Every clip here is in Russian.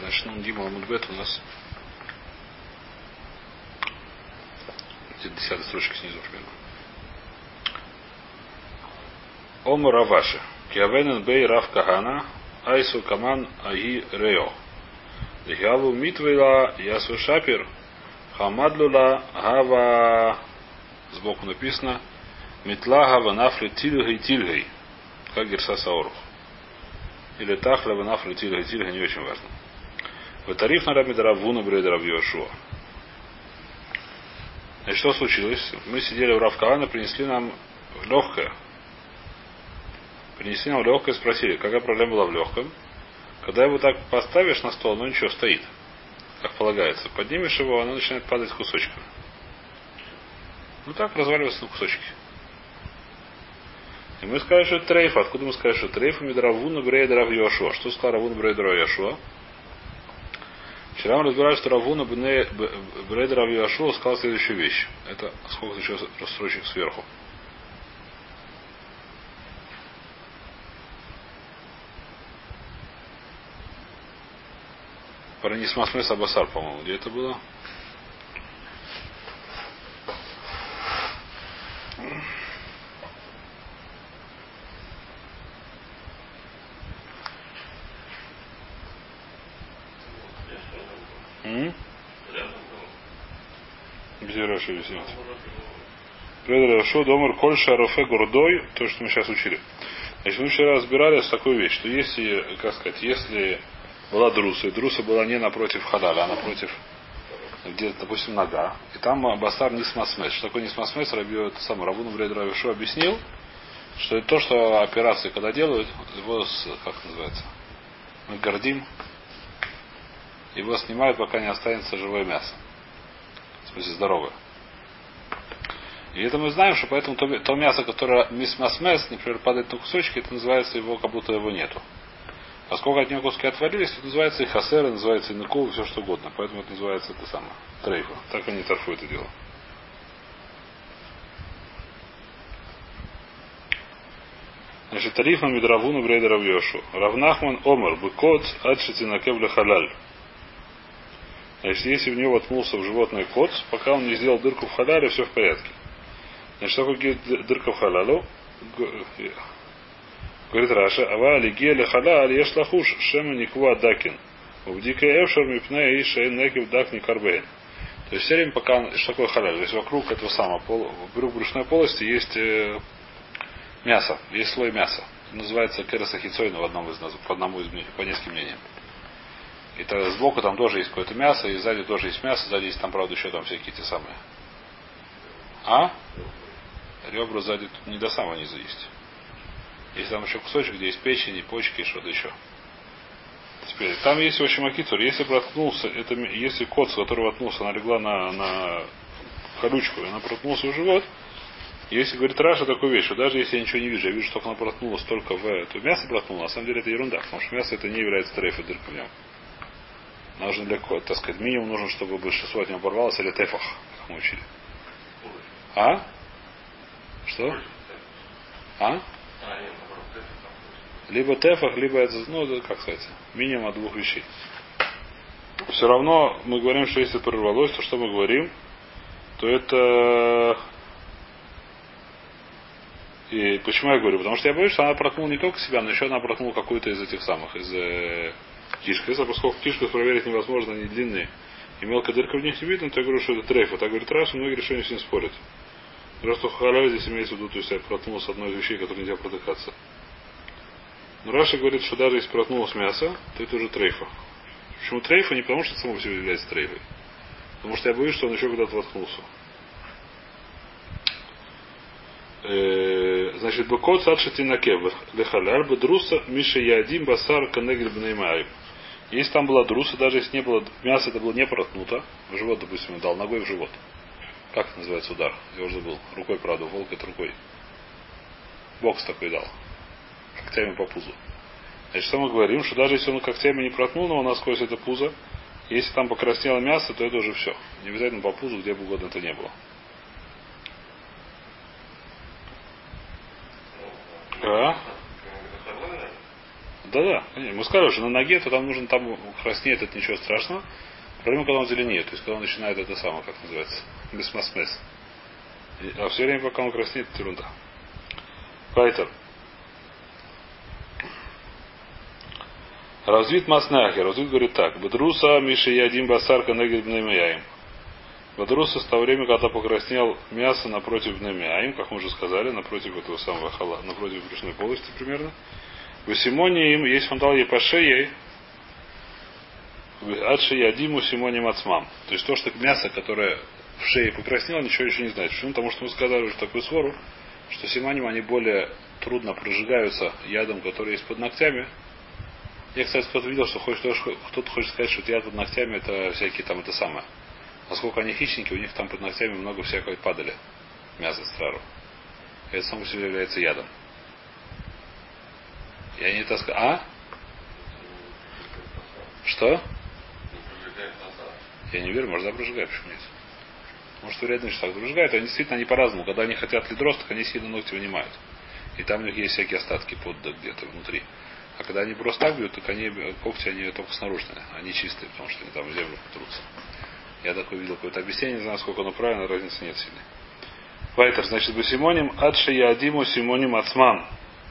Шнун Гимал Мудбет у нас где-то 10 строчка снизу примерно. Омар Раваши. Киавенен бей Рав Кахана. Айсу Каман Аги Рео. Лихиалу Митвейла Ясу Шапир. Хамадлула Гава. Сбоку написано. Митла Гава Нафли Тильгей Тильгей. Как Герса Саорух. Или Тахля Ванафли Тильгей Тильгей, не очень важно. Тариф на Раби Равуна Брейда Рав Йошуа. Значит, что случилось? Мы сидели в Рав Кахана, принесли нам легкое. Принесли нам легкое, спросили, какая проблема была в легком. Когда его так поставишь на стол, ничего, стоит. Как полагается. Поднимешь его, оно начинает падать кусочками. Так разваливается на кусочки. И мы сказали, что это трейф. Откуда мы сказали, что это трейф? Мидравуна Брейда Рав Йошуа. Что сказал Равуна Брейда Рав Йошуа? Вчера мы разбирали, что Равуна Брейда Рав Йошуа сказал следующую вещь. Это сколько еще строчек сверху. Про Нисмасмес Абасар, по-моему. Где это было? Где Раши объясняет? Брейда Рав Йошуа Домар Коль Шарофе Гордой, то, что мы сейчас учили. Значит, мы вчера разбирали такую вещь, что если, как сказать, если была друса, и друса была не напротив хадаля, а напротив, где-то, допустим, нога, и там басар нисмасмес. Что такое нисмасмес? Сам Равуна Брейда Рав Йошуа объяснил, что это то, что операции, когда делают, его, как называется, мы гордим, его снимают, пока не останется живое мясо. В смысле, здоровое. И это мы знаем, что поэтому то мясо, которое мисмасмес, например, падает на кусочки, это называется его, как будто его нету. Поскольку от него куски отвалились, это называется и хасер, называется и ныкул, все что угодно. Поэтому это называется это самое. Трейфа. Так они торфу это дело. Значит, тариф на Мидравуну Брейда Рав Йошуа. Равнахман Омар Быкот Адшитинакевля Халяль. Значит, если в него воткнулся в животное кот, пока он не сделал дырку в халяле, все в порядке. Значит, что такое дырка в халялу? Говорит Раша, ава алигеля халяль еш лахуш шема никва дакин. Убдика эвшар мипне и шейн некив дак не карбейн. То есть все время пока, что такое халяль? То есть вокруг этого самого, вокруг брюшной полости есть мясо, есть слой мяса. Это называется керасахицойна в одном из по одному из по нескольким мнениям. И тогда сбоку там тоже есть какое-то мясо, и сзади тоже есть мясо, сзади есть там, правда, еще там всякие те самые. Ребра сзади тут не до самого низа есть. Есть там еще кусочек, где есть печень, и почки, и что-то еще. Теперь, там есть, в общем, акитур. Если проткнулся, если кот, с которого воткнулся, она легла на колючку, и она проткнулся в живот, если говорит Раша такую вещь, что даже если я ничего не вижу, я вижу, что она проткнулась только в это мясо проткнула, на самом деле это ерунда, потому что мясо это не является трейфой, дыркой в нем. Нужно для кот, так сказать, минимум нужно, чтобы большинство от него порвалось, или тефах, как мы учили. Что? Либо тефах, либо это, как сказать, минимум от двух вещей. Все равно мы говорим, что если прорвалось, то что мы говорим, то это... И почему я говорю? Потому что я боюсь, что она проткнула не только себя, но еще она проткнула какую-то из этих самых, из кишки. Если, поскольку кишку проверить невозможно, они длинные, и мелкая дырка в них не видно, то я говорю, что это трейф. Так говорит Раша, многие решения с ним спорят. Просто халяль здесь имеется в виду, то есть я проткнулась одной из вещей, которые нельзя протыкаться. Но Раша говорит, что даже если проткнулось мясо, то это уже трейфа. Почему трейфа? Не потому, что это само по себе является трейфой. Потому что я боюсь, что он еще куда-то воткнулся. Значит, быкот садшити накев лехаляль бедруса миша ядим басар канегель бнеймаим. Если там была друса, даже если не было мяса, это было не проткнуто, в живот, допустим, дал ногой в живот. Как это называется удар? Я уже забыл. Рукой, правда, волк это рукой. Бокс такой дал. Когтями по пузу. Значит, что мы говорим, что даже если он когтями не проткнул, но он насквозь это пузо, если там покраснело мясо, то это уже все. Не обязательно по пузу, где бы угодно это не было. Да-да. Мы сказали, что на ноге, то там нужно, там краснеет, это ничего страшного. Проблема, когда он зеленеет, то есть когда он начинает это самое, как называется, бесмасмес. А все время, пока он краснеет, это ерунда. Поэтому. Развит Маснахи. Развит говорит так. Бадруса Миши Ядим Басарка Негид Бнемияем. Бадруса с того времени, когда покраснел мясо напротив Бнемияем, как мы уже сказали, напротив этого самого хала, напротив брюшной полости примерно. В Симоне им есть фондал Епашеей. Адши Ядиму Симоне Мацмам. То есть то, что мясо, которое в шее покраснело, ничего еще не знает. Почему? Потому что мы сказали уже такую свору, что симоним они более трудно прожигаются ядом, который есть под ногтями. Я, кстати, кто-то видел, что кто-то хочет сказать, что яд под ногтями это всякие там это самое. Поскольку они хищники, у них там под ногтями много всякого падали. Мясо страру. И это само по себе является ядом. Я не таскаю. А? Что? Я не верю, может, прожигают, почему нет? Может, вредно, что так прожигают, они действительно они по-разному. Когда они хотят лидрост, так они сильно ногти вынимают. И там у них есть всякие остатки под где-то внутри. А когда они просто так бьют, так они, когти, они только снаружи. Они чистые, потому что они там в землю потрутся. Я такое видел какое-то объяснение, не знаю, сколько оно правильно, разницы нет сильной. Вайтер, значит, Басимоним Адши Ядиму Симоним Ацман.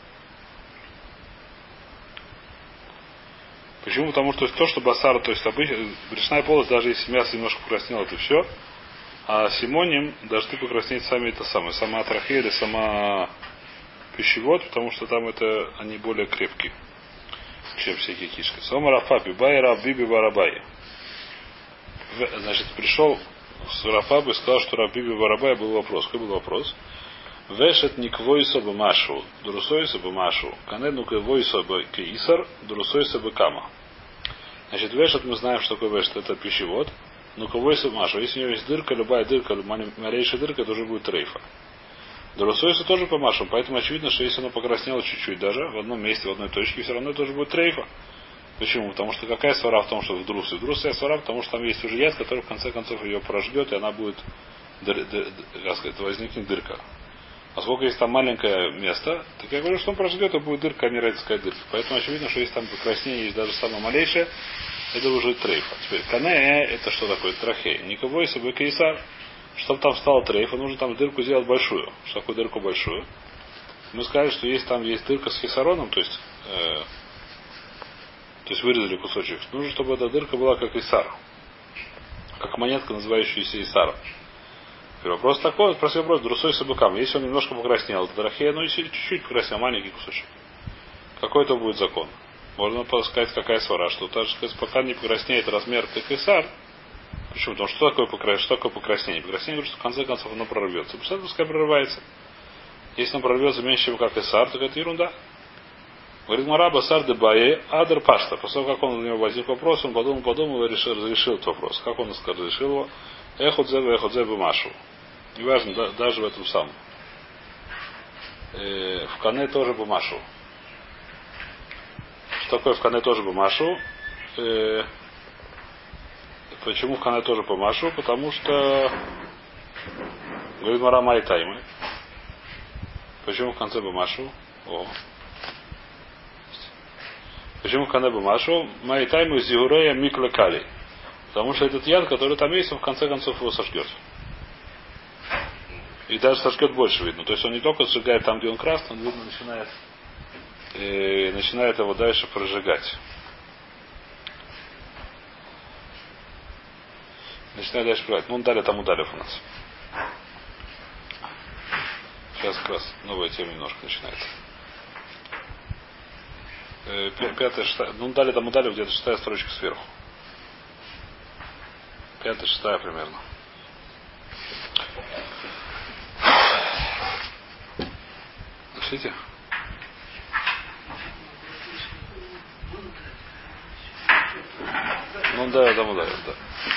Почему? Потому что то, что басар, то есть обычно, брюшная полость, даже если мясо немножко покраснело, это все. А симоним должны покраснеть сами это самое. Сама трахея или сама пищевод, потому что там это они более крепкие, чем всякие кишки. Сома Рафаби, Бай Раб Биби Барабай. Значит, пришел с Рафаби и сказал, что Раб Биби Барабай был вопрос. Какой был вопрос? Вешет никвойса бы машу, друсойса бы машу, канену квойса бы кейсар, друсойса бы кама. Значит, вешет мы знаем, что такое вешет, это пищевод. Ну квойса бы машу, если у него есть дырка, любая дырка, малейшая дырка, это уже будет трейфа. Друсойса тоже по машу, поэтому очевидно, что если оно покраснело чуть-чуть даже, в одном месте, в одной точке, все равно это тоже будет трейфа. Почему? Потому что какая свара в том, что в друсе? В друсе свара, потому что там есть уже яд, который в конце концов ее прожгет, и она будет, как сказать, возникнет дырка. А сколько есть там маленькое место, так я говорю, что он прожгет, и будет дырка, а не радийская дырка. Поэтому очевидно, что если там покраснение есть даже самое малейшее, это уже трейфа. Теперь кане это что такое? Трахей. Никого если бы кейсар, чтобы там стало трейфа, нужно там дырку сделать большую. Что такое дырку большую? Мы сказали, что есть там есть дырка с хисароном, то есть вырезали кусочек. Нужно, чтобы эта дырка была как исар. Как монетка, называющаяся исаром. Вопрос такой, простой вопрос, друсой с быкам. Если он немножко покраснел, это драхея, ну если чуть-чуть покраснел, маленький кусочек. Какой это будет закон? Можно сказать, какая свара, что даже пока не покраснеет размер как исар. Почему? Потому что что такое покраснение? Покраснение говорит, что в конце концов оно прорвется. Представляете, пускай прорывается. Если он прорвется меньше, чем как исар, то это ерунда. Говорит, Мара Басар де Бае Адр Пашта. После того, как он у него возник вопрос, он подумал и разрешил этот вопрос. Как он разрешил его? Эходзе Бумашу. Неважно, даже в этом самом. В Кане тоже Бумашу. Что такое в Кане тоже Бумашу? Почему в Кане тоже Бумашу? Потому что говорит Мара Май Таймы. Почему в конце Бумашу? Почему в Кане Бумашу? Май Таймы Зигурея Миклекали. Потому что этот яд, который там есть, он в конце концов его сожгет. И даже сожгет больше, видно. То есть он не только сжигает там, где он красный, он, видно, начинает его дальше прожигать. Начинает дальше прожигать. Ну, он далее там удалив у нас. Сейчас как раз новая тема немножко начинается. Пятая, шестая. Ну, далее там удалив где-то шестая строчка сверху. Пятая, шестая примерно. Слышите? Ну да, там ударил, да.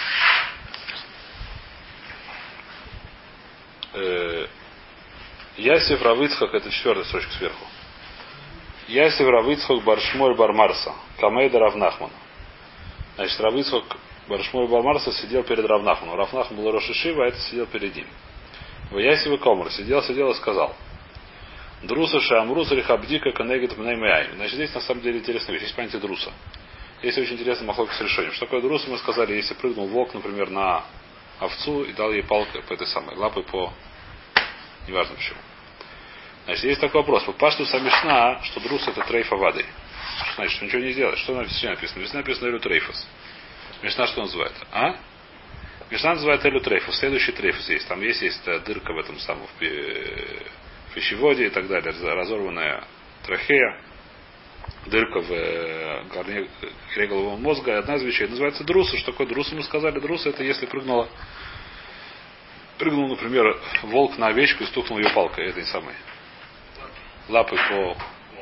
Ясев Равыцхак, это четвертая строчка сверху. Ясев Равыцхак Баршмоль Бармарса, Камейда Равнахман. Значит, Равыцхак Баршмоль Бармарса сидел перед Равнахманом. Равнахман был Рош Ишива, а это сидел перед ним. В Ясев и Комар сидел и сказал. Друса шамруса рихабдика конегит мнеймяй. Значит, здесь на самом деле интересная вещь. Есть понятие друса. Есть очень интересный махлок с решением. Что такое друса, мы сказали, если прыгнул волк, например, на овцу и дал ей палкой по этой самой, лапой по... Неважно почему. Значит, есть такой вопрос. По пашту самишна, что друс это трейфа вады. Что значит, что ничего не сделать? Что написано? Написано, написано элю трейфас. Мишна что называет? А? Мишна называет элю трейфас. Следующий трейфас есть. Там есть дырка в этом самом в пищеводе и так далее. Разорванная трахея. Дырка в коре головного мозга. И одна из вещей называется друса. Что такое друса? Мы сказали, друса это если прыгнул, например, волк на овечку и стукнул ее палкой этой самой. Лапы по...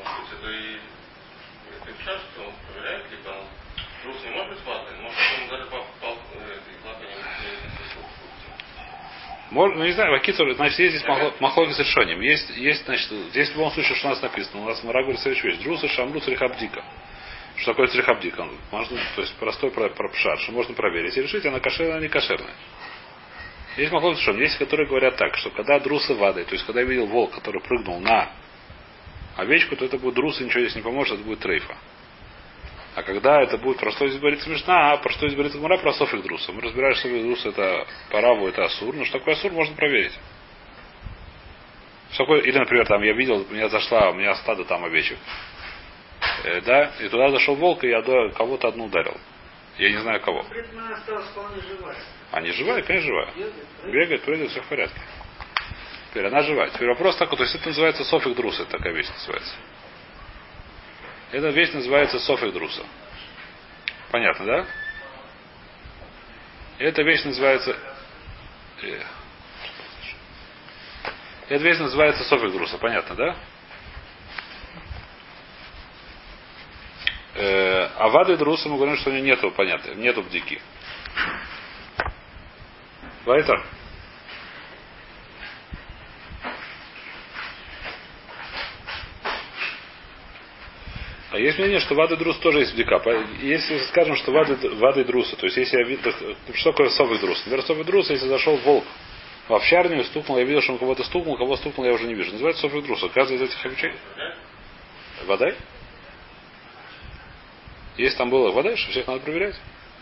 Может, ну не знаю, Вакицур, значит, есть здесь махлоги с решением. Есть, значит, здесь в любом случае, что у нас написано. У нас Мара говорит следующую вещь. Друса шамру црихабдика. Что такое црихабдика? Можно, то есть простой пропшар, что можно проверить и решить, она кошерная, она не кошерная. Есть махлоги с решением. Есть, которые говорят так, что когда друсы вады, то есть когда я видел волк, который прыгнул на овечку, то это будет друс, и ничего здесь не поможет, это будет трейфа. А когда это будет про что здесь говорится Мишна, а про что здесь говорится Гмара, про софик друса. Мы разбираем, что софик друса это параву, это асур. Но что такое асур, можно проверить. Что такое, или, например, там я видел, у меня стадо там овечек. Да, и туда зашел волк, и я кого-то одну ударил. Я не знаю кого. Она осталась вполне живая. А не живая, конечно, живая. Бегает, прыгает, все в порядке. Теперь она живая. Теперь вопрос такой, то есть это называется софик друса, это такая вещь называется. Эта вещь называется софик друса. Понятно, да? Эта вещь называется... Эта вещь называется софик друса. Понятно, да? А вады друса мы говорим, что у него нету, понятно, нету бдики. Вайтер. А есть мнение, что вады друс тоже есть бдика. Если скажем, что вады друса, то есть если я видел, что такое софик друс? Например, софик друс, если зашел волк в овчарню, стукнул, я видел, что он кого-то стукнул, кого стукнул, я уже не вижу. Называется софик друса. Каждый из этих вещей. Вода? Если там было вода, что всех надо проверять.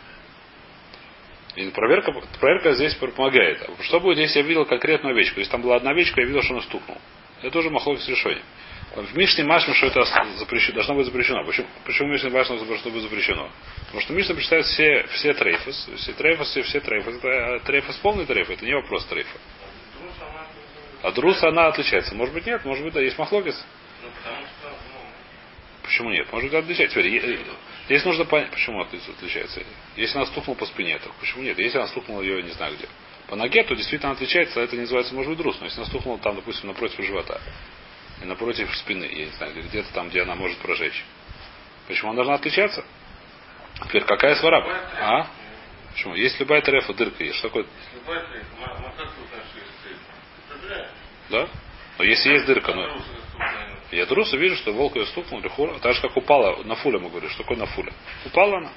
И проверка здесь помогает. Что будет, если я видел конкретную овечку? Если там была одна овечка, я видел, что он стукнул. Это тоже махлок с решением. В Мишне Машме, что это запрещено, должно быть запрещено. Почему в Мишне Машме должно быть запрещено? Потому что Мишна представляет все трейфос. Все трейфос. Это трейфос полный трейф, это не вопрос трейфа. А друс она отличается. Может быть нет, может быть да, есть махлокис. Почему нет? Может быть отличается. Теперь, здесь нужно понять, почему отличается. Если она стукнула по спине, то почему нет? Если она стукнула ее не знаю где. По ноге, то действительно отличается, это не называется может быть друс. Но если она стукнула там, допустим, напротив живота. И напротив спины, я не знаю, где-то там, где она может прожечь. Почему она должна отличаться? Теперь какая свара? А? Почему? Есть любая трефа, дырка есть. Что такое? Да? Но если есть дырка, но... Я друса вижу, что волк ее стукнул, лихура. Так же, как упала на фуле, мы говорим. Что такое на фуле? Упала она.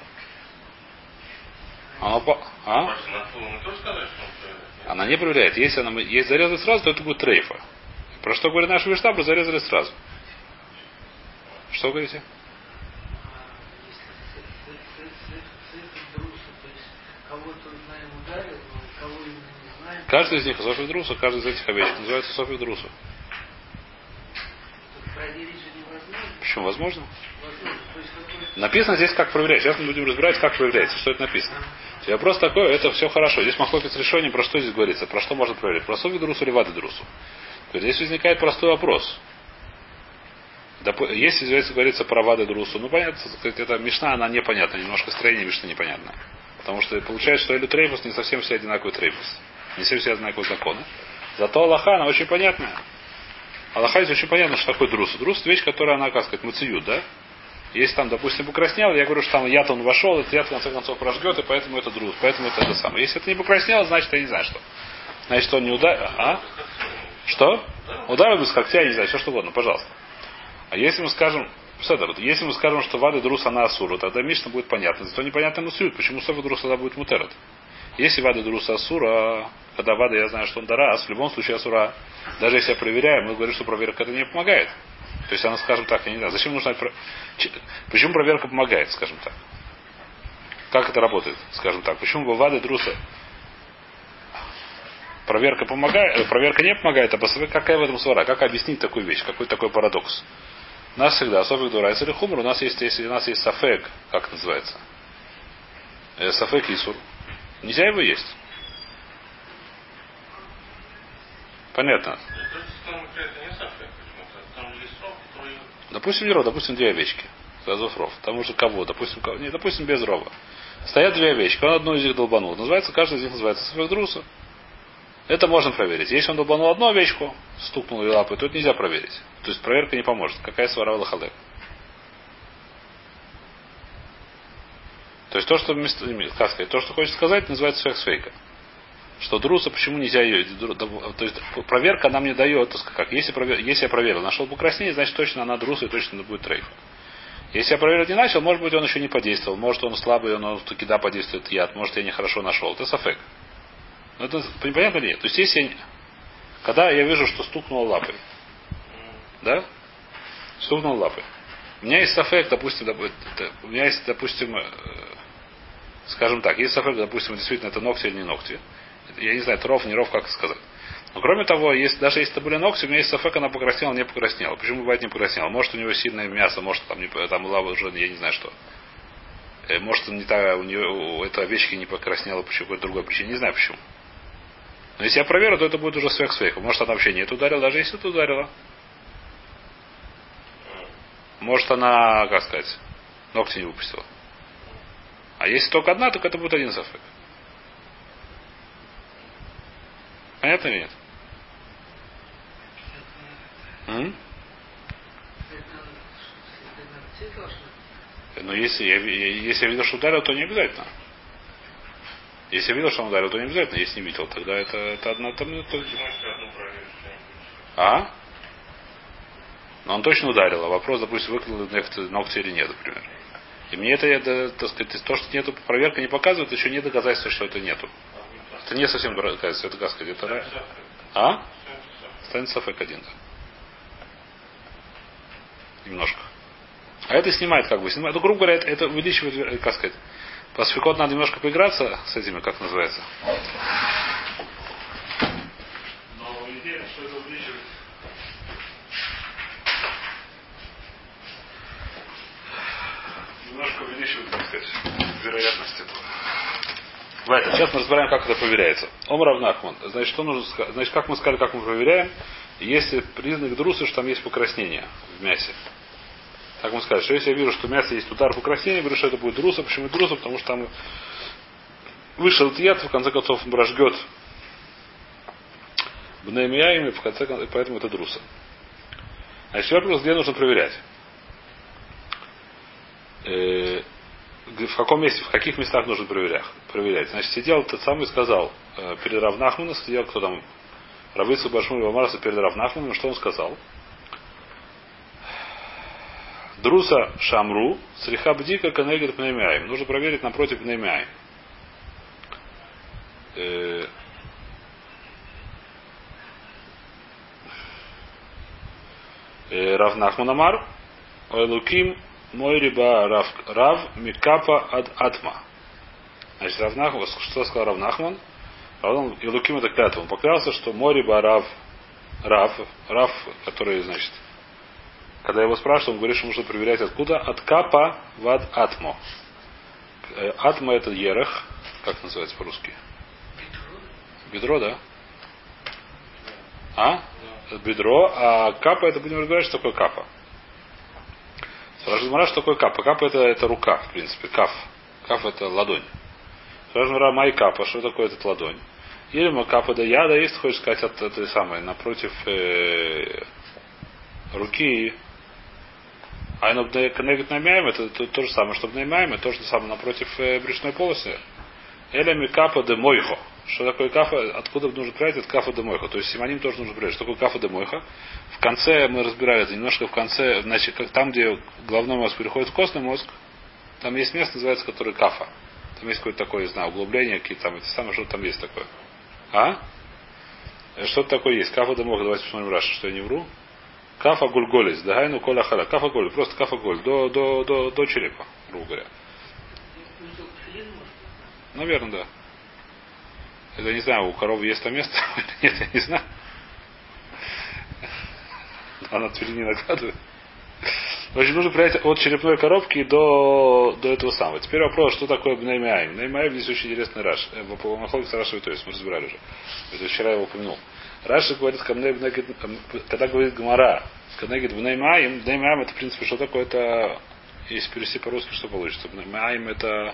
Она упала. А? Она не проверяет. Если она есть зарезать сразу, то это будет трейфа. Про что говорит наш Виштабр, зарезали сразу. Что говорите? Каждый из них софик друса, каждый из этих овечек называется софик друса. Почему? Возможно? Написано здесь, как проверять. Сейчас мы будем разбирать, как проверяется, что это написано. Вопрос такой, это все хорошо. Здесь махлокис решение, про что здесь говорится, про что можно проверить. Про софик друсу или вады друсу. То есть здесь возникает простой вопрос. Если здесь говорится про вады друсу, ну понятно, эта мишна, она непонятна, немножко строение мишны непонятное. Потому что получается, что элю трейфус не совсем все одинаковый трейфус. Не совсем все одинаковые законы. Зато Аллаха, она очень понятная. Аллаха здесь очень понятно, что такое друс. Друс это вещь, которая она, как сказать, мациют, да? Если там, допустим, покраснел, я говорю, что там яд он вошел, этот яд в конце концов прожгет, и поэтому это друс, поэтому это самое. Если это не покраснело, значит, я не знаю что. Значит, он не ударил. А? Что? Ударил бы с когтя, я не знаю, все что угодно, пожалуйста. А если мы скажем, что вады друс она асуру, тогда Мишна будет понятно. Зато непонятно мусуют, почему софик друс тогда будет мутерет. Если вада друса асура, когда вада я знаю, что он дарас, в любом случае асура. Даже если я проверяю, мы говорим, что проверка это не помогает. То есть она, скажем так, я не знаю, зачем нужна... Почему проверка помогает, скажем так? Как это работает, скажем так? Почему вада друса проверка помогает, проверка не помогает, а посмотреть, какая в этом свара, как объяснить такую вещь, какой такой парадокс. У нас всегда, софик дурайс или хумр, у нас есть, если у нас есть сафек, как это называется? Сафек исур. Нельзя его есть. Понятно. Допустим, не ров, допустим, две овечки. Газов ров. Там уже кого? Допустим, кого? Не, допустим, без рова. Стоят две овечки, он одну из них долбанул. Называется, каждый из них называется сафек друса. Это можно проверить. Если он долбанул одну овечку, стукнул ее лапой, то это нельзя проверить. То есть проверка не поможет. Какая свара лахалек? То есть то, что как сказать, то, что хочет сказать, называется фейка. Что друса, почему нельзя ее. То есть проверка нам не дает, как, если я проверил, нашел покраснение, значит точно она друса и точно будет трейфа. Если я проверить не начал, может быть он еще не подействовал, может он слабый, он таки да подействует яд, может я нехорошо нашел. Это сафек. Но это понятно ли нет? То есть если когда я вижу, что стукнула лапой, да? Стукнул лапой. У меня есть сафек, допустим, у меня есть, допустим, скажем так, есть сафек, допустим, действительно это ногти или не ногти. Я не знаю, это ров, не ров, как сказать. Но кроме того, даже если это были ногти, у меня есть сафек, она покраснела, не покраснела. Почему бывает не покраснела? Может у него сильное мясо, может там была уже, я не знаю что. Может не та, у нее у этой овечки не покраснела по какой-то другой причине, не знаю почему. Но если я проверю, то это будет уже свех. Может она вообще нет ударила, даже если это ударила. Может она, как сказать, ногти не выпустила. А если только одна, то это будет один сафек. Понятно или нет? Но если я видел, что ударил, то не обязательно. Если я видел, что он ударил, то не обязательно. Если не видел, тогда это одна там. А? Но он точно ударил. А вопрос, допустим, выклал ногти или нет, например. И мне это, так сказать, то, что нету, проверка не показывает, еще нет доказательства, что это нету. Это не совсем доказательство, это, как сказать, это... А? Станет сафек один, да. Немножко. А это снимает, как бы, снимает. Ну, грубо говоря, это увеличивает, как сказать, по сфикот надо немножко поиграться с этими, как называется. Но идея, что это увеличивает. Немножко увеличивает, так сказать, вероятность этого. Сейчас мы разбираем, как это проверяется. Омар Нахман. Значит, что нужно сказать? Значит, как мы сказали, как мы проверяем, если признак друсы, что там есть покраснение в мясе. Так мы сказали, что если я вижу, что в мясе есть удар покраснения, я говорю, что это будет друса. Почему друса? Потому что там вышел этот яд, в конце концов, брожгет бнеемиями, в конце концов, поэтому это друса. Значит, вопрос, где нужно проверять? В каком месте, в каких местах нужно проверять? Значит, сидел тот самый сказал перед Рав Нахманом, сидел кто там, Равицу Башмур Вамарса перед Рав Нахманом, что он сказал? Друса Шамру, Сриха Бдика Канегет Пнемяем. Нужно проверить напротив Пнемяем. Рав Нахман Амар, Луким мой риба Рав Микапа ад Атма. Значит, Рав Нахман, что сказал Рав Нахман? И Луким это клятва. Он поклялся, что мой риба Рав, который, значит, когда я его спрашиваю, он говорит, что нужно проверять откуда? От капа в ад атмо. Атма это ерех. Как называется по-русски? Бедро, да? А? Бедро. А капа это, будем разбирать, что такое капа. Спрашивает Мара, что такое капа. Капа это рука, в принципе. Каф. Каф это ладонь. Спрашивает Мара, май капа. Что такое этот ладонь? Или капа да яда, есть, хочешь сказать, от этой самой, напротив руки. Айну коннект намяем, это то же самое, что намяем, это то же самое напротив брюшной полосы. Элями капа де мойхо. Что такое кафа? Откуда нужно проверять? Это кафа де мойхо. То есть симоним тоже нужно проверять. Что такое кафа де мойхо? В конце мы разбирали это немножко в конце, значит, там, где головной мозг переходит в костный мозг, там есть место, называется, которое кафа. Там есть какое-то такое, не знаю, углубление, какие-то там, это самое, что там есть такое. А? Что-то такое есть. Кафа да мог, давайте посмотрим Раши, что я не вру. Кафа гульголис, дагайну коля хала. Кафа голь, просто кафа голь, до черепа, грубо говоря. Наверное, да. Это не знаю, у коровы есть там место или нет, я не знаю. Она твери не накладывает. В общем, нужно принять от черепной коробки до этого самого. Теперь вопрос, что такое бнеймиаим. Бнеймиаим здесь очень интересный раш. По Махлокису Раши, то есть мы разбирали уже. Это вчера я его упомянул. Раши говорит, когда говорит Гмара, Канегит бнеймиаим, бнеймиаим это в принципе что такое? Это, если перевести по-русски, что получится? Бнеймиаим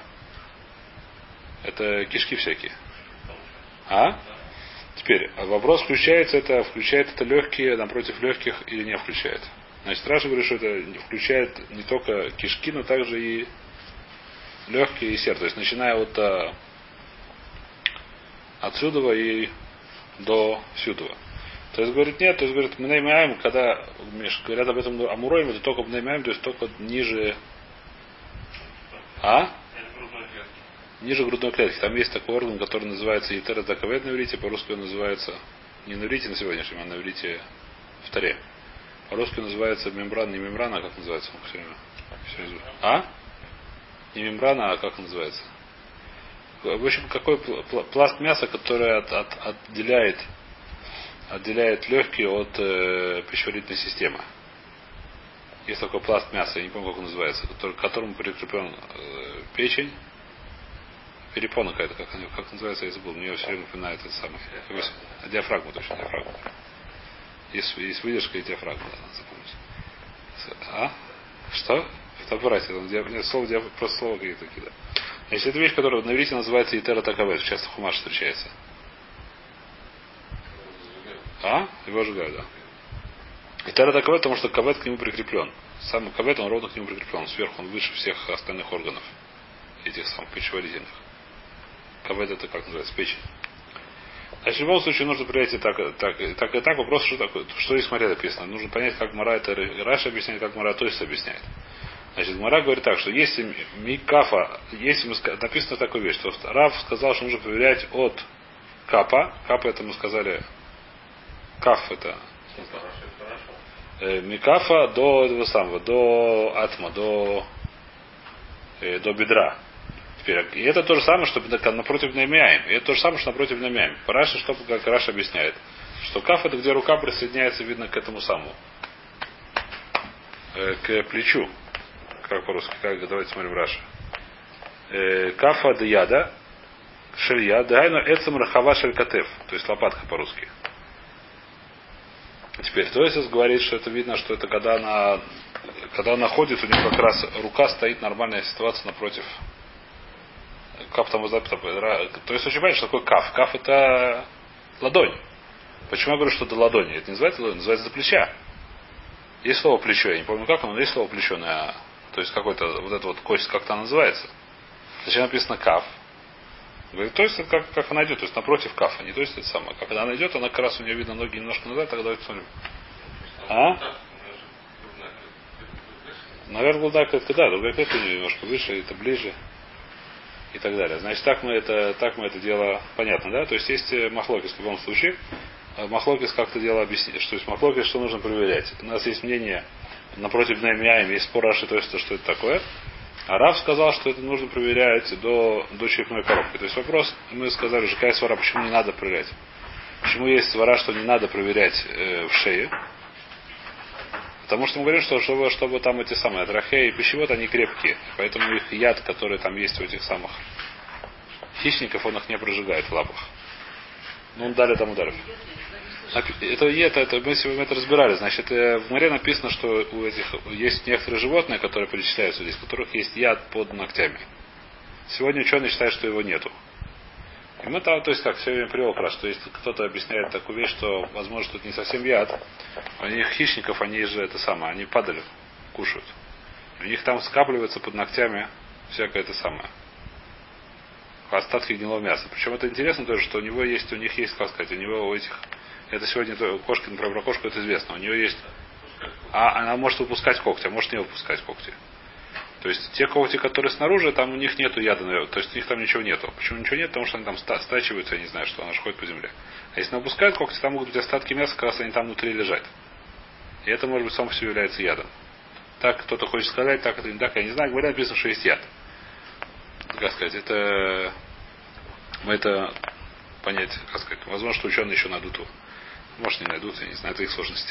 это кишки всякие. А? Теперь, вопрос, включает это легкие напротив легких или не включает. Значит, Раши говорит, что это включает не только кишки, но также и легкие и сердце. То есть, начиная от отсюда и до сюда. То есть, говорит, нет, то есть, говорит, мы наймаем, когда говорят об этом амуроем, это только наймаем, то есть только ниже ниже грудной клетки. Там есть такой орган, который называется етеродакавет на иврите, по-русски он называется не на иврите на сегодняшнем, а на иврите в Торе. По-русски называется мембрана, не мембрана, а как называется он все время? Не мембрана, а как называется? В общем, какой пласт мяса, который отделяет легкие от пищеварительной системы. Есть такой пласт мяса, я не помню, как он называется, к которому прикреплен печень. Перепона какая-то, как называется, я забыл. Мне все время напоминает это самое. Диафрагма, точно, диафрагма. Есть выдержка и диафрагма, да, надо запомнить. Что? Фотоаппарате. Слово, просто слово какие-то такие, да. Значит, это вещь, которая на иврите называется Итера Такавет. Часто в Хумаш встречается. Его сжигают, да. Итера Такавет, потому что кавет к нему прикреплен. Сам кавет, он ровно к нему прикреплен. Сверху он выше всех остальных органов. Этих самых пищеварительных. Кавет это как называется? Печень. Значит, в любом случае нужно принять и так. Вопрос, что такое, что здесь Маре написано. Нужно понять, как Мара это Раша объясняет, как Мара Тойс объясняет. Значит, Мара говорит так, что если микафа, написано такую вещь, что Рав сказал, что нужно проверять от капа. Капа это мы сказали. Каф это. Микафа до этого самого, до атма, до бедра. И это то же самое, что напротив намяем. И это то же самое, что напротив намяем. По Раши, что как Раш объясняет. Что каф это где рука присоединяется, видно, к этому самому. К плечу. Как по-русски. Давайте смотрим Раши. Кафа де яда. Шелья. Дайно эцем рахава шелькатев. То есть лопатка по-русски. Теперь, то есть говорит, что это видно, что это когда она ходит, у нее как раз рука стоит, нормальная ситуация напротив. Каф там то есть очень понятно, что такое каф. Каф это ладонь. Почему я говорю, что это ладонь? Это не называется ладонь, называется за плеча. Есть слово плечо, я не помню как, но есть слово плечо то есть какой-то вот эта вот кость как-то она называется. Зачем написано каф? Говорит, то есть это как она идет, то есть напротив кафа, не то есть это самое. Когда она идет, она как раз у нее видно ноги немножко назад, тогда давайте посмотрим. Наверное, грудная клетка, да, другая клетка у нее немножко выше, это ближе. И так далее. Значит, так мы это дело понятно, да? То есть есть махлокис в любом случае. Махлокис как-то дело объяснить. Что есть махлокис, что нужно проверять. У нас есть мнение напротив Наймиаем, есть спор Раши, то есть что это такое. А Рав сказал, что это нужно проверять до черепной коробки. То есть вопрос, мы сказали уже, какая свара, почему не надо проверять? Почему есть свара, что не надо проверять в шее? Потому что мы говорим, что чтобы там эти самые трахеи и пищевод, они крепкие. Поэтому их яд, который там есть у этих самых хищников, он их не прожигает в лапах. Ну, он дали там ударов. Это мы сегодня это разбирали. Значит, в море написано, что у этих есть некоторые животные, которые перечисляются здесь, у которых есть яд под ногтями. Сегодня ученые считают, что его нету. И мы там, то есть как, все время привел как раз, что если кто-то объясняет такую вещь, что, возможно, что это не совсем яд, у них хищников, они же это самое, они падали, кушают. И у них там скапливается под ногтями всякое это самое. Остатки гнилого мяса. Причем это интересно тоже, что у них есть, как сказать, у него у этих, это сегодня кошки, например, про кошку это известно, у нее есть, она может выпускать когти, а может не выпускать когти. То есть те когти, которые снаружи, там у них нету яда, то есть у них там ничего нету. Почему ничего нет? Потому что они там стачиваются, я не знаю, что она же ходит по земле. А если напускают когти, там могут быть остатки мяса, как раз они там внутри лежат. И это, может быть, сам по себе является ядом. Так кто-то хочет сказать, так это не так, я не знаю. Говорят, написано, что есть яд. Как сказать, это... Мы это понять, как сказать. Возможно, что ученые еще найдут его. Может, не найдут, я не знаю, это их сложности.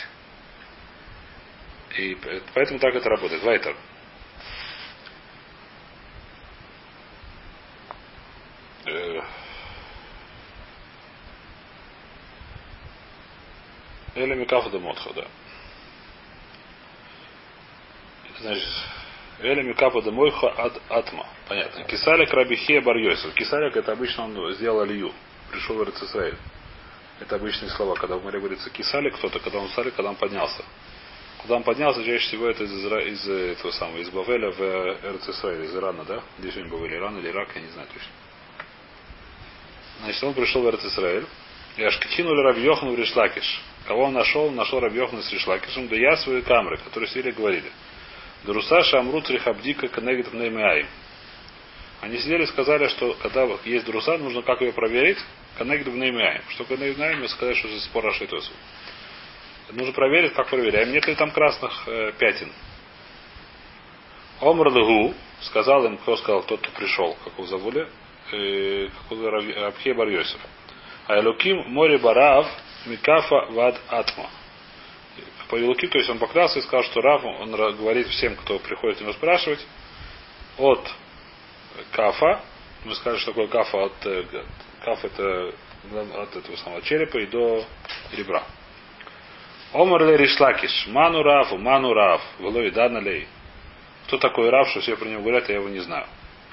И поэтому так это работает. Вайтер. Или Микафа де Мотха, да. Значит, Эля Микафа де Мойха ад Атма. Понятно. Кисалик Рабихе Барьойсов. Кисалик это обычно он сделал алию. Пришел в Эрцисраэль. Это обычные слова. Когда в море говорится кисалик кто-то, когда он салик, когда он поднялся. Когда он поднялся, чаще всего это из этого самого, из Бавеля в Эрцисраэль, из Ирана, да? Здесь у него Бавель, Иран или Ирак, я не знаю точно. Значит, он пришел в Эрцисраэль. И Ашкетину или Раби Йохану в Ришлакиш. Кого он нашел? Он нашел Раби Йохану с Ришлакишем, да я свои камеры, которые сидели и говорили. Друсаша Амрут Рихабдика Канегит в Неймеаим. Они сидели и сказали, что когда есть друса, нужно как ее проверить? Канегит в Неймеаим. Что Канегит в Неймеаим, сказать, что это спор Ашитосу. Нужно проверить, как проверяем. Нет ли там красных пятен? Омр Лгу сказал им, кто сказал, тот, кто пришел, как его зовут, Рабхе бар Йосеф. А Элуким море барав Микафа вад Атма. По Елуки, то есть он поклялся и сказал, что Рав, он говорит всем, кто приходит его спрашивать, от Кафа, мы сказали, что такое Кафа, от Каф это от этого самого черепа и до ребра. Омар ле Ришлакиш, ману Рафу, влой дана лей. Кто такой Рав, что все про него говорят, я его не знаю.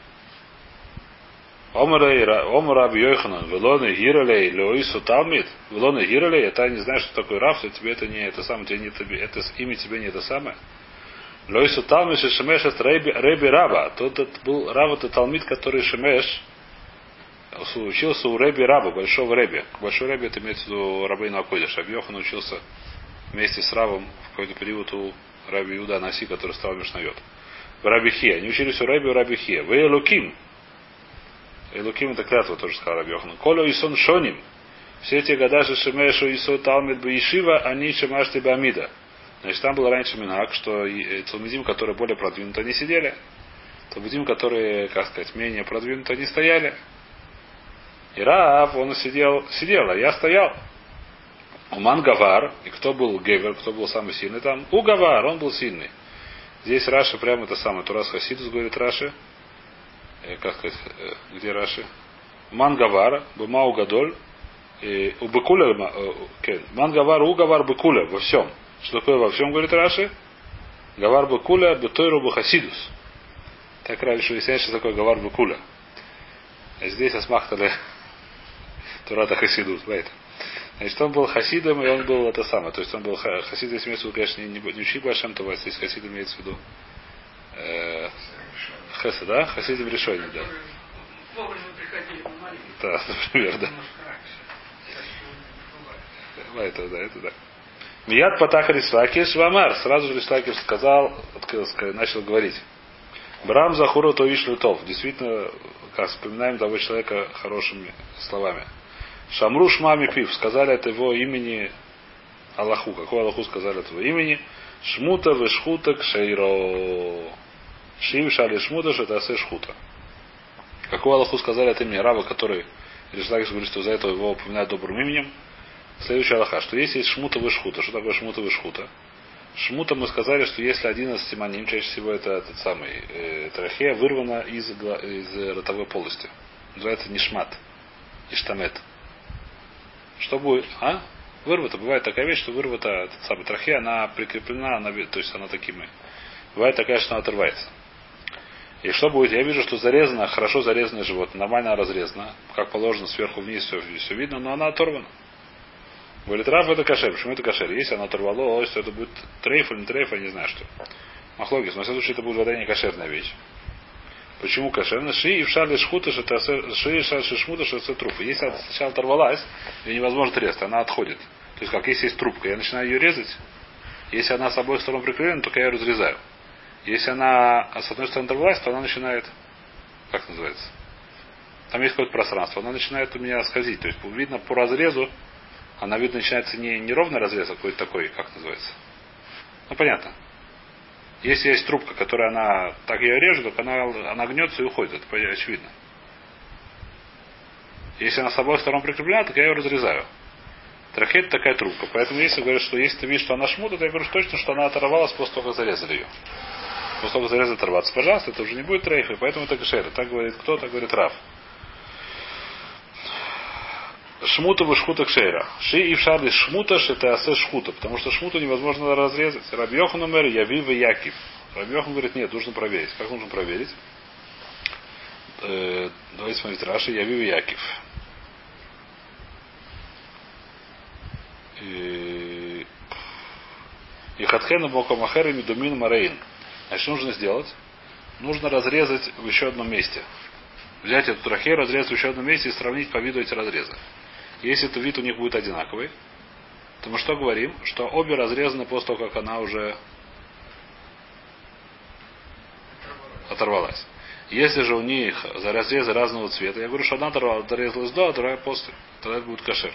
Омар Раби Йоханан, Велоны Гиралей, Лоису Талмит, Велоны Гиралей, это не знаешь, что такое Рав, то тебе это не это самое, тебе не это имя тебе не это самое. Лоису Талмит Шемеш это Рэби Раба. Тот был Рав, это Талмит, который Шемеш учился у Рэби Раба, большого Рэби. Большой Рэби это имеется в виду Рабейну Акойдеш. Раби Йохан учился вместе с Равом в какой-то период у Раби Юда Анаси, который стал Мишнайот. В Раби Хия. Они учились у Рэби, у Раби Хия. В Элуким. Элуким это клятва, тоже сказал Раби Йохан. Коло Исон Шоним. Все эти года, что Шемешу Исо Талмит Баишива, они Шемашти Бамида. Значит, там был раньше минак, что талмидим, которые более продвинуты, они сидели. Талмидим, которые, как сказать, менее продвинуты, они стояли. И Рав, он сидел, а я стоял. Уман Гавар, и кто был Гевер, кто был самый сильный там? У Гавар, он был сильный. Здесь Раши прямо это самое. Турас Хасидус говорит Раши. Как сказать, где Раши? Ман Гавар, Бумау Гадоль, у Бекуля, Ман Гавар, у Гавар Бекуля, во всем. Что такое во всем, говорит Раши? Гавар Бекуля, Бетойру Бахасидус. Так раньше выясняет, что такое Гавар Бекуля. А здесь Асмахтали Турата Хасидус. Значит, он был хасидом, и он был это самое. То есть он был хасидом, если имеется в виду, конечно, не учи Башем Това, здесь хасидом имеется в виду Хеса, да? Хасидом решение, да. Вовремя приходили на молитву. Да, например, да. Это да. Мияд Патах Рислакиш Вамар. Сразу же Рислакиш сказал, начал говорить. Брам Захура Товиш Лютов. Действительно, как вспоминаем того человека хорошими словами. Шамру Шмами Пив. Сказали от его имени Аллаху. Какой Аллаху сказали от его имени? Шмута Вешхута Кшейро. Шив Шали Шмута Шетасе Шхута. Какой Аллаху сказали от имени раба, который Рислакиш говорит, что за это его упоминают добрым именем? Следующая Аллаха, что есть Шмута Вешхута. Что такое Шмута Вешхута? Шмута мы сказали, что если один из симоним, чаще всего это этот самый трахея, вырвана из ротовой полости. Называется нишмат. Иштамет. Что будет? Вырвата. Бывает такая вещь, что вырвата этот самый трахея, она прикреплена, то есть она такими. Бывает такая, что она отрывается. И что будет? Я вижу, что зарезано, хорошо зарезанное животное, нормально разрезано, как положено, сверху вниз все видно, но она оторвана. Говорит, Раф, это кашер. Почему это кашер? Если оно оторвало, то это будет трейф или не трейф, я не знаю что. Махлогис. Но в всяком случае это будет вода не кошерная вещь. Почему кошерная? Ши и в шале шхута, что это ши и шале шмута, что это труп. Если она сначала оторвалась, ее невозможно резать, она отходит. То есть как если есть трубка, я начинаю ее резать, если она с обоих сторон прикрыта, только я ее разрезаю. Если она с одной стороны оторвалась, то она начинает, как называется, там есть какое-то пространство, она начинает у меня скользить. То есть видно по разрезу, она видно начинается не ровный разрез, а какой-то такой, как называется. Ну понятно. Если есть трубка, которая она так ее режет, так она гнется и уходит. Это очевидно. Если она с обоих сторон прикреплена, так я ее разрезаю. Трахея это такая трубка. Поэтому если говорят, что если ты видишь, что она шмута, то я говорю точно, что она оторвалась после того, как зарезали ее. После того, как зарезали оторваться. Пожалуйста, это уже не будет трейфа, поэтому это кашер. Так говорит кто, так говорит Рав. Шмута вышхута кшейра. Ши и в шарли шмута это асе шхута. Потому что шмуту невозможно разрезать. Раби Йохан умер, яви в Якив. Раби Йохан говорит, нет, нужно проверить. Как нужно проверить? Давайте смотреть Раши, яви в Якив. И хатхена бокамахер и медумин марейн. Значит, нужно сделать? Нужно разрезать в еще одном месте. Взять эту трахею, разрезать в еще одном месте и сравнить по виду эти разрезы. Если этот вид у них будет одинаковый, то мы что говорим? Что обе разрезаны после того, как она уже оторвалась. Если же у них разрезы разного цвета, я говорю, что одна отрезалась до, а другая после, тогда это будет кашер.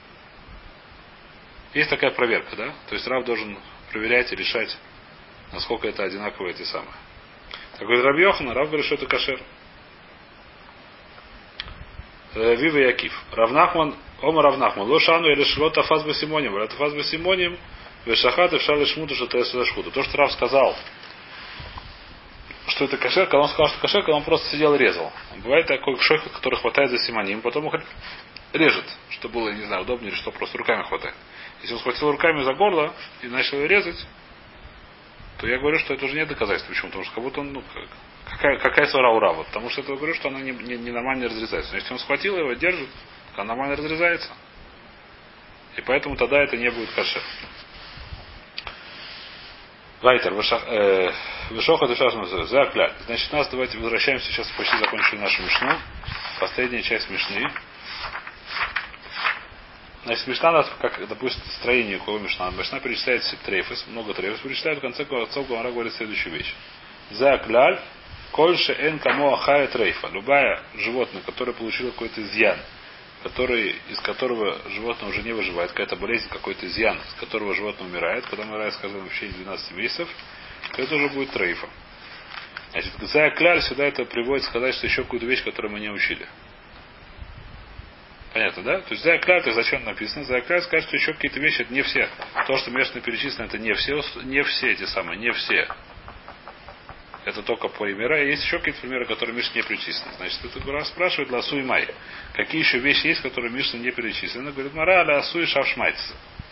Есть такая проверка, да? То есть Рав должен проверять и решать, насколько это одинаковые эти самые. Так говорит Раби Йохан, Рав говорит, что это кашер. Вива Якив. Равнахман, Ома Равнахман. Лошану или шлот афаз басимоним. Врат афаз басимоним. Вешахат и вшали шмута, что это шхута. То, что Рав сказал, что это кашер, когда он сказал, что кашер, когда он просто сидел и резал. Бывает такой шохот, который хватает за симоним, потом их режет, что было, не знаю, удобнее, или что просто руками хватает. Если он схватил руками за горло и начал ее резать, то я говорю, что это уже нет доказательств. Почему? Потому что как будто он, какая свара у Рава. Потому что это я говорю, что она не нормально не разрезается. Но если он схватил его, держит, то она нормально разрезается. И поэтому тогда это не будет кашер. Вайтер, вышоха душа закля. Значит, нас давайте возвращаемся, сейчас почти закончили нашу мишну. Последняя часть мишны. Значит, мишна нас, как, допустим, строение кого мишна. Мишна перечисляет трейфес, много трейфес перечисляет, в конце концов Гомара говорит следующую вещь. Закляль, кольше эн камо ахая трейфа. Любая животное, которое получило какой-то изъян, из которого животное уже не выживает, какая-то болезнь, какой-то изъян, из которого животное умирает, когда умирает, скажем, в течение 12 месяцев, то это уже будет трейфа. Значит, закляль сюда это приводит сказать, что еще какую-то вещь, которую мы не учили. Понятно, да? То есть закляль, это зачем написано? Закляль скажет, что еще какие-то вещи, это не все. То, что Мешна перечислено, это не все эти самые, не все. Это только примеры. Есть еще какие-то примеры, которые Мишна не перечислены. Значит, это Гура спрашивает Ласу и Май. Какие еще вещи есть, которые Мишна не перечислены? Говорит, Мара, Ласу и Шавшмайц.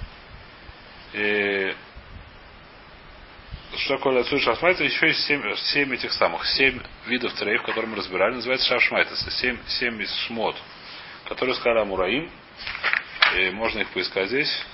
Что такое Ласу и Шавшмайц? Еще есть 7 этих самых, 7 видов трейф, которые мы разбирали, называется Шавшмайц. 7 из шмот, которые сказали Амураим. И можно их поискать здесь.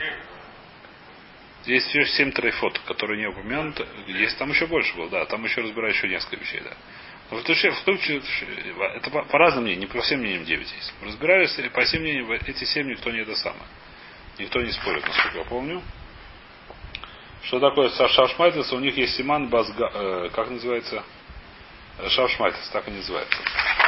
Есть еще 7 трейфот, которые не упомянуты. Есть там еще больше было, да. Там еще разбирают еще несколько вещей, да. Но это по разным мнениям, не по всем мнениям 9 есть. Разбирались по всем мнениям, эти 7 никто не это самое. Никто не спорит, насколько я помню. Что такое Шавшмайтес? У них есть Симан Базга, как называется? Шавшмайтес, так и называется.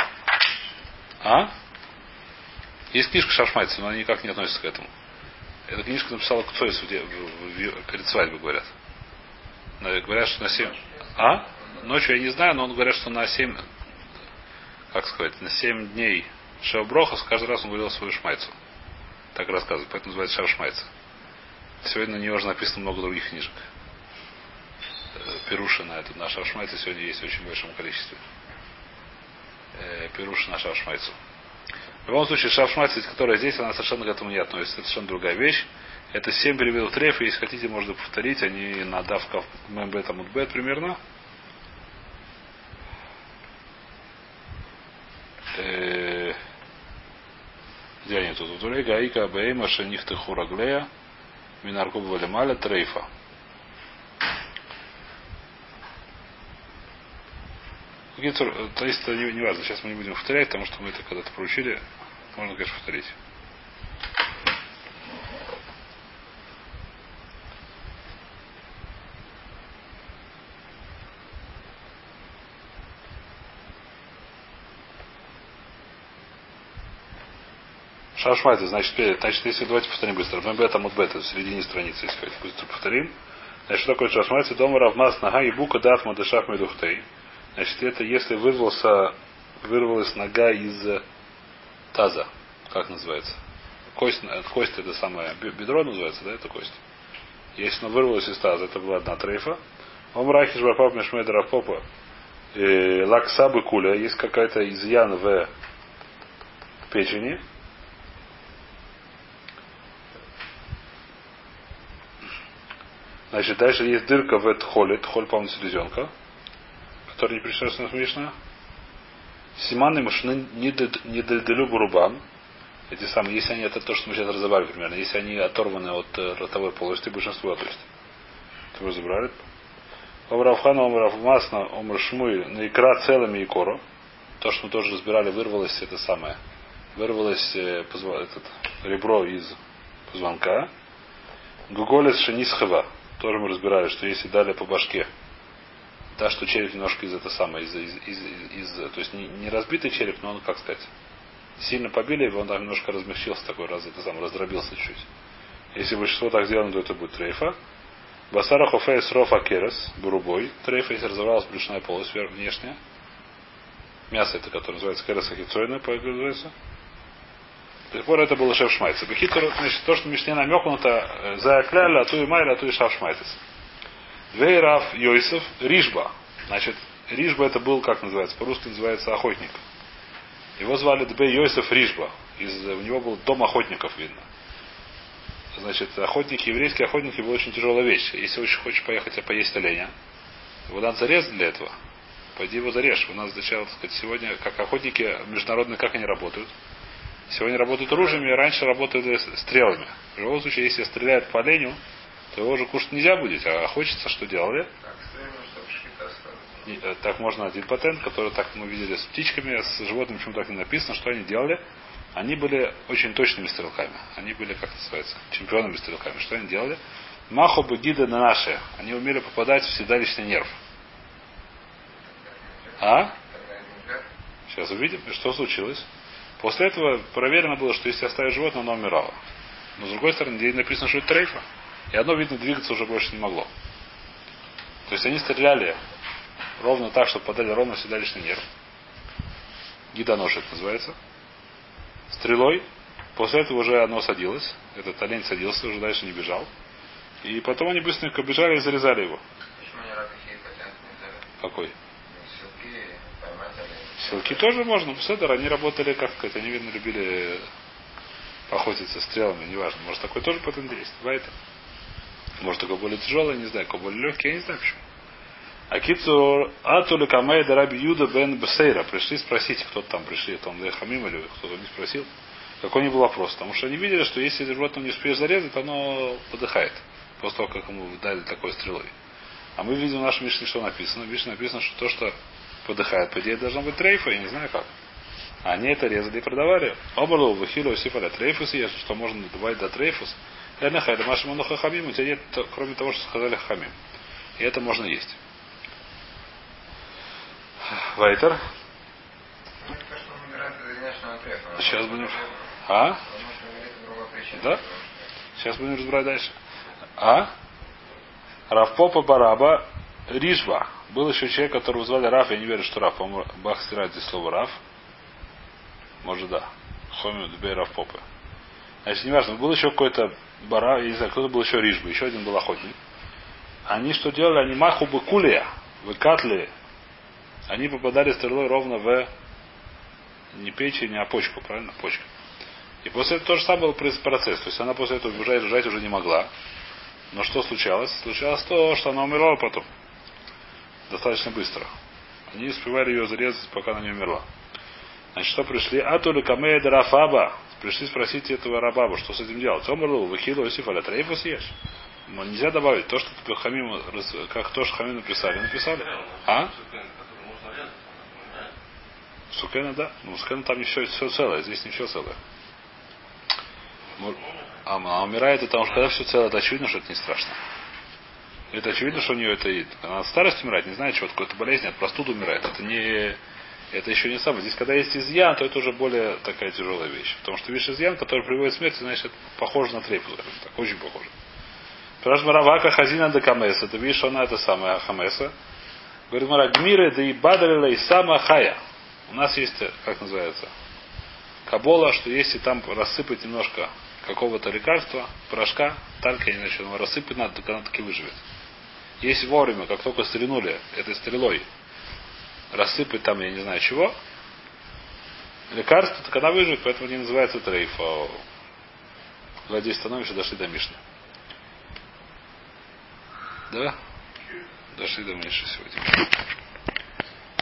А? Есть книжка Шавшмайтеса, но она никак не относится к этому. Эта книжка написала Кцойс перед свадьбой, говорят. Говорят, что на 7... А? Ночью я не знаю, но он говорят, что на 7... Как сказать? На 7 дней Шеоброхас каждый раз он говорил свою шмайцу. Так рассказывает. Поэтому называется Шавшмайца. Сегодня на нее уже написано много других книжек. Перуши на это. На Шавшмайце сегодня есть в очень большом количестве. Перуши на Шавшмайцу. В любом случае, Шавшмайца, которая здесь, она совершенно к этому не относится. Это совершенно другая вещь. Это 7 переводов трефа. Если хотите, можно повторить. Они на давках МБ Мудбет примерно. Где они тут? Утулега, Аика, Бейма, Шенихты, Хураглея, Минаркуб, Валималя, Трейфа. То есть это не важно. Сейчас мы не будем повторять, потому что мы это когда-то проучили. Можно, конечно, повторить. Шашмайта, значит, если давайте повторим быстро. МБ там от бета, в середине страницы искать. Быстро повторим. Значит, что такое шашмайта? Дома равмас нага и бука дат мадышах медухтей. Значит, это если вырвалась нога из таза. Как называется? Кость это самое, бедро называется, да, это кость. Если она вырвалась из таза, это была одна трейфа. Омрахиш барпап мешмейда рафпопа. Лаксабы куля. Есть какая-то изъян в печени. Значит, дальше есть дырка в тхоле. Тхоль, по-моему, селезенка. Которая не пришла с нас Мишна. Симаны машины не дельделю бурубан. Эти самые, если они, это то, что мы сейчас разобрали примерно, если они оторваны от ротовой полости, большинство, то есть. Это мы разобрали. Омравхана, омравмасна, омрашмуй, на икра целыми икоро. То, что мы тоже разбирали, вырвалось это самое. Вырвалось ребро из позвонка. Гуголес шенисхева. Тоже мы разбирали, что если дали по башке, да, что череп немножко из это самое, то есть не разбитый череп, но он, как сказать, сильно побили его, он там немножко размягчился такой раз, это самое, раздробился чуть. Если большинство так сделано, то это будет трейфа. Басара хофей сров акерес, бурубой. Трейфа, если разорвалась брюшная полость внешняя. Мясо это, которое называется керес ахицойна, называется. До сих пор это было шефшмайца. Бехитер, значит, то, что в Мишне намекнуто, за кляля, а ту и майля, а ту и шефшмайцес. Двейраф Йосиф Ришба. Значит, Ришба это был, как называется, по-русски называется охотник. Его звали Дбей Йосиф Ришба. У него был дом охотников, видно. Значит, охотники, еврейские охотники, была очень тяжелая вещь. Если очень хочешь поехать поесть оленя, его надо зарезать для этого. Пойди его зарежь. У нас сначала, так сказать, сегодня, как охотники международные, как они работают? Сегодня работают оружием, раньше работали стрелами. В любом случае, если стреляют по оленю, то его уже кушать нельзя будет. А хочется, что делали? Так можно один патент, который так мы видели с птичками, с животными, почему так не написано, что они делали. Они были очень точными стрелками. Они были, как называется, чемпионами стрелками. Что они делали? Махо гида на наши. Они умели попадать в седалищный нерв. А? Сейчас увидим, что случилось. После этого проверено было, что если оставить животное, оно умирало. Но с другой стороны, здесь написано, что это трейфа. И оно, видно, двигаться уже больше не могло. То есть они стреляли ровно так, чтобы подали ровно в седалищный нерв. Гидонож это называется. Стрелой. После этого уже оно садилось. Этот олень садился, уже дальше не бежал. И потом они быстренько бежали и зарезали его. Почему не рак такие патенты не взяли? Какой? Селки поймать оленя. Селки тоже можно. Седер, они работали, как сказать, они, видно, любили охотиться стрелами, неважно. Может, такой тоже патент есть. Бывает. Может, такой более тяжелый, не знаю, какой более легкий, я не знаю почему. Акицу Атули Камей Дараби Юда Бен Бесейра. Пришли спросить, кто-то там пришли, это он Хамим или кто-то не спросил. Какой не был вопрос. Потому что они видели, что если животное не успеешь зарезать, оно подыхает. После того, как ему дали такой стрелой. А мы видим в нашем Мишне, что написано. В Мишне написано, что то, что подыхает, по идее, должно быть трейфа, я не знаю как. А они это резали и продавали. Обрлу, Вахилу, Сифаля, трейфус есть, что можно добавить до трейфус. Эльнахай, домашнему ноху хамим, у тебя нет, кроме того, что сказали хамим. И это можно есть. Вайтер. Сейчас будем. А? Да? Сейчас будем разбирать дальше. А? Равпопа Бараба Ришба. Был еще человек, которого звали Раф. Я не верю, что Раф. По-моему, Бах стирает здесь слово Раф. Может, да. Хомю Дбей Равпопа. Значит, неважно. Был еще какой-то Бара. Я не знаю, кто-то был еще Ришба. Еще один был охотник. Они что делали? Они маху быкулия. Выкатли. Они попадали стрелой ровно в не печень, а почку, правильно? Почка. И после этого то же самое был процесс. То есть она после этого бежать уже не могла. Но что случалось? Случалось то, что она умерла потом. Достаточно быстро. Они успевали ее зарезать, пока она не умерла. Значит, что пришли? Атули камея дарафаба. Пришли спросить этого рабаба, что с этим делать. Омрлу, вахилу, осифаля, трейфу съешь. Но нельзя добавить то, что Хамим, как то, что Хамим написали. Написали. А? Сукена, да. Ну, Сукена там не все целое. Здесь не все целое. А умирает это, потому что когда все целое, это очевидно, что это не страшно. Это очевидно, что у нее это она от старости умирает, не знаю, чего, какой-то болезнь, от простуды умирает. Это не Это еще не самое. Здесь, когда есть изъян, то это уже более такая тяжелая вещь. Потому что видишь изъян, который приводит к смерти, значит, это похоже на трепу. Так, очень похоже. Равака Хазина де Камеса. Ты видишь, она это самая Хамеса. Говорит, Мара, Гмиры да и Бадрила и сама Хая. У нас есть, как называется, кабола, что если там рассыпать немножко какого-то лекарства, порошка, талька, я не знаю, что рассыпать надо, только она таки выживет. Если вовремя, как только стрельнули этой стрелой, рассыпать там, я не знаю чего, лекарство, так она выживет, поэтому не называется трейф. Владей становишься, дошли до Мишны. Да? Дошли до Мишны сегодня.